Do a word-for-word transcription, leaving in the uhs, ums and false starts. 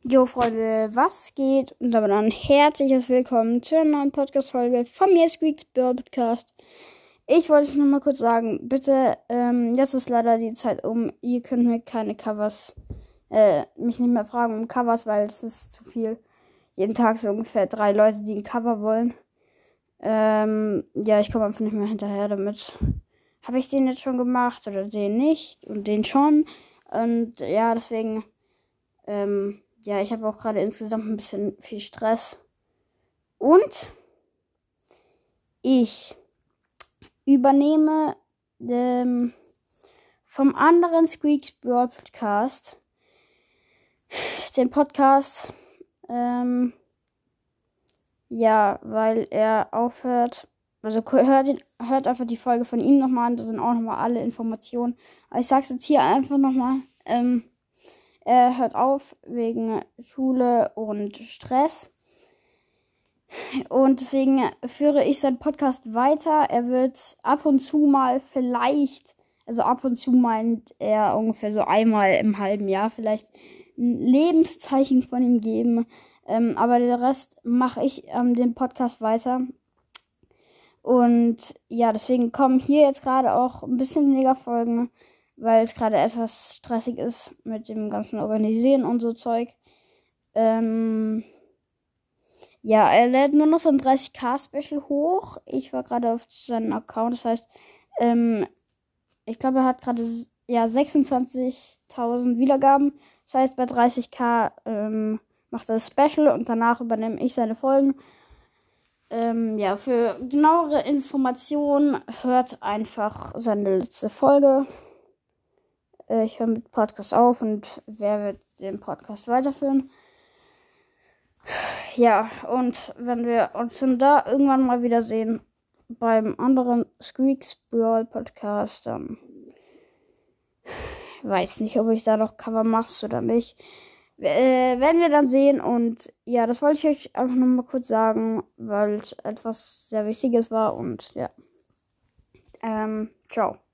Jo Freunde, was geht? Und damit ein herzliches Willkommen zu einer neuen Podcast-Folge von mir, Squeaks Podcast. Ich wollte es nur mal kurz sagen, bitte, ähm, jetzt ist leider die Zeit um. Ihr könnt mir keine Covers, äh, mich nicht mehr fragen um Covers, weil es ist zu viel. Jeden Tag so ungefähr drei Leute, die ein Cover wollen. Ähm, ja, ich komme einfach nicht mehr hinterher damit. Habe ich den jetzt schon gemacht oder den nicht und den schon? Und ja, deswegen, ähm, ja, ich habe auch gerade insgesamt ein bisschen viel Stress. Und ich übernehme ähm, vom anderen Squeaks Podcast den Podcast, ähm, ja, weil er aufhört. Also hört, ihn, hört einfach die Folge von ihm nochmal an. Da sind auch nochmal alle Informationen. Aber ich sag's jetzt hier einfach nochmal. Ähm, er hört auf wegen Schule und Stress. Und deswegen führe ich seinen Podcast weiter. Er wird ab und zu mal vielleicht, also ab und zu meint er ungefähr so einmal im halben Jahr vielleicht ein Lebenszeichen von ihm geben. Ähm, aber den Rest mache ich ähm, den Podcast weiter. Und ja, deswegen kommen hier jetzt gerade auch ein bisschen weniger Folgen, weil es gerade etwas stressig ist mit dem ganzen Organisieren und so Zeug. Ähm, ja, er lädt nur noch so ein dreißig K Special hoch. Ich war gerade auf seinem Account, das heißt, ähm, ich glaube, er hat gerade ja sechsundzwanzigtausend Wiedergaben. Das heißt, bei dreißig K ähm, macht er das Special und danach übernehme ich seine Folgen. Ähm, ja, für genauere Informationen hört einfach seine letzte Folge. Äh, ich höre mit Podcast auf und wer wird den Podcast weiterführen? Ja, und wenn wir uns dann da irgendwann mal wiedersehen beim anderen Squeaks Brawl Podcast, dann weiß nicht, ob ich da noch Cover mache oder nicht. Äh, werden wir dann sehen. Und ja, das wollte ich euch einfach nur mal kurz sagen, weil es etwas sehr Wichtiges war. Und ja, ähm, ciao.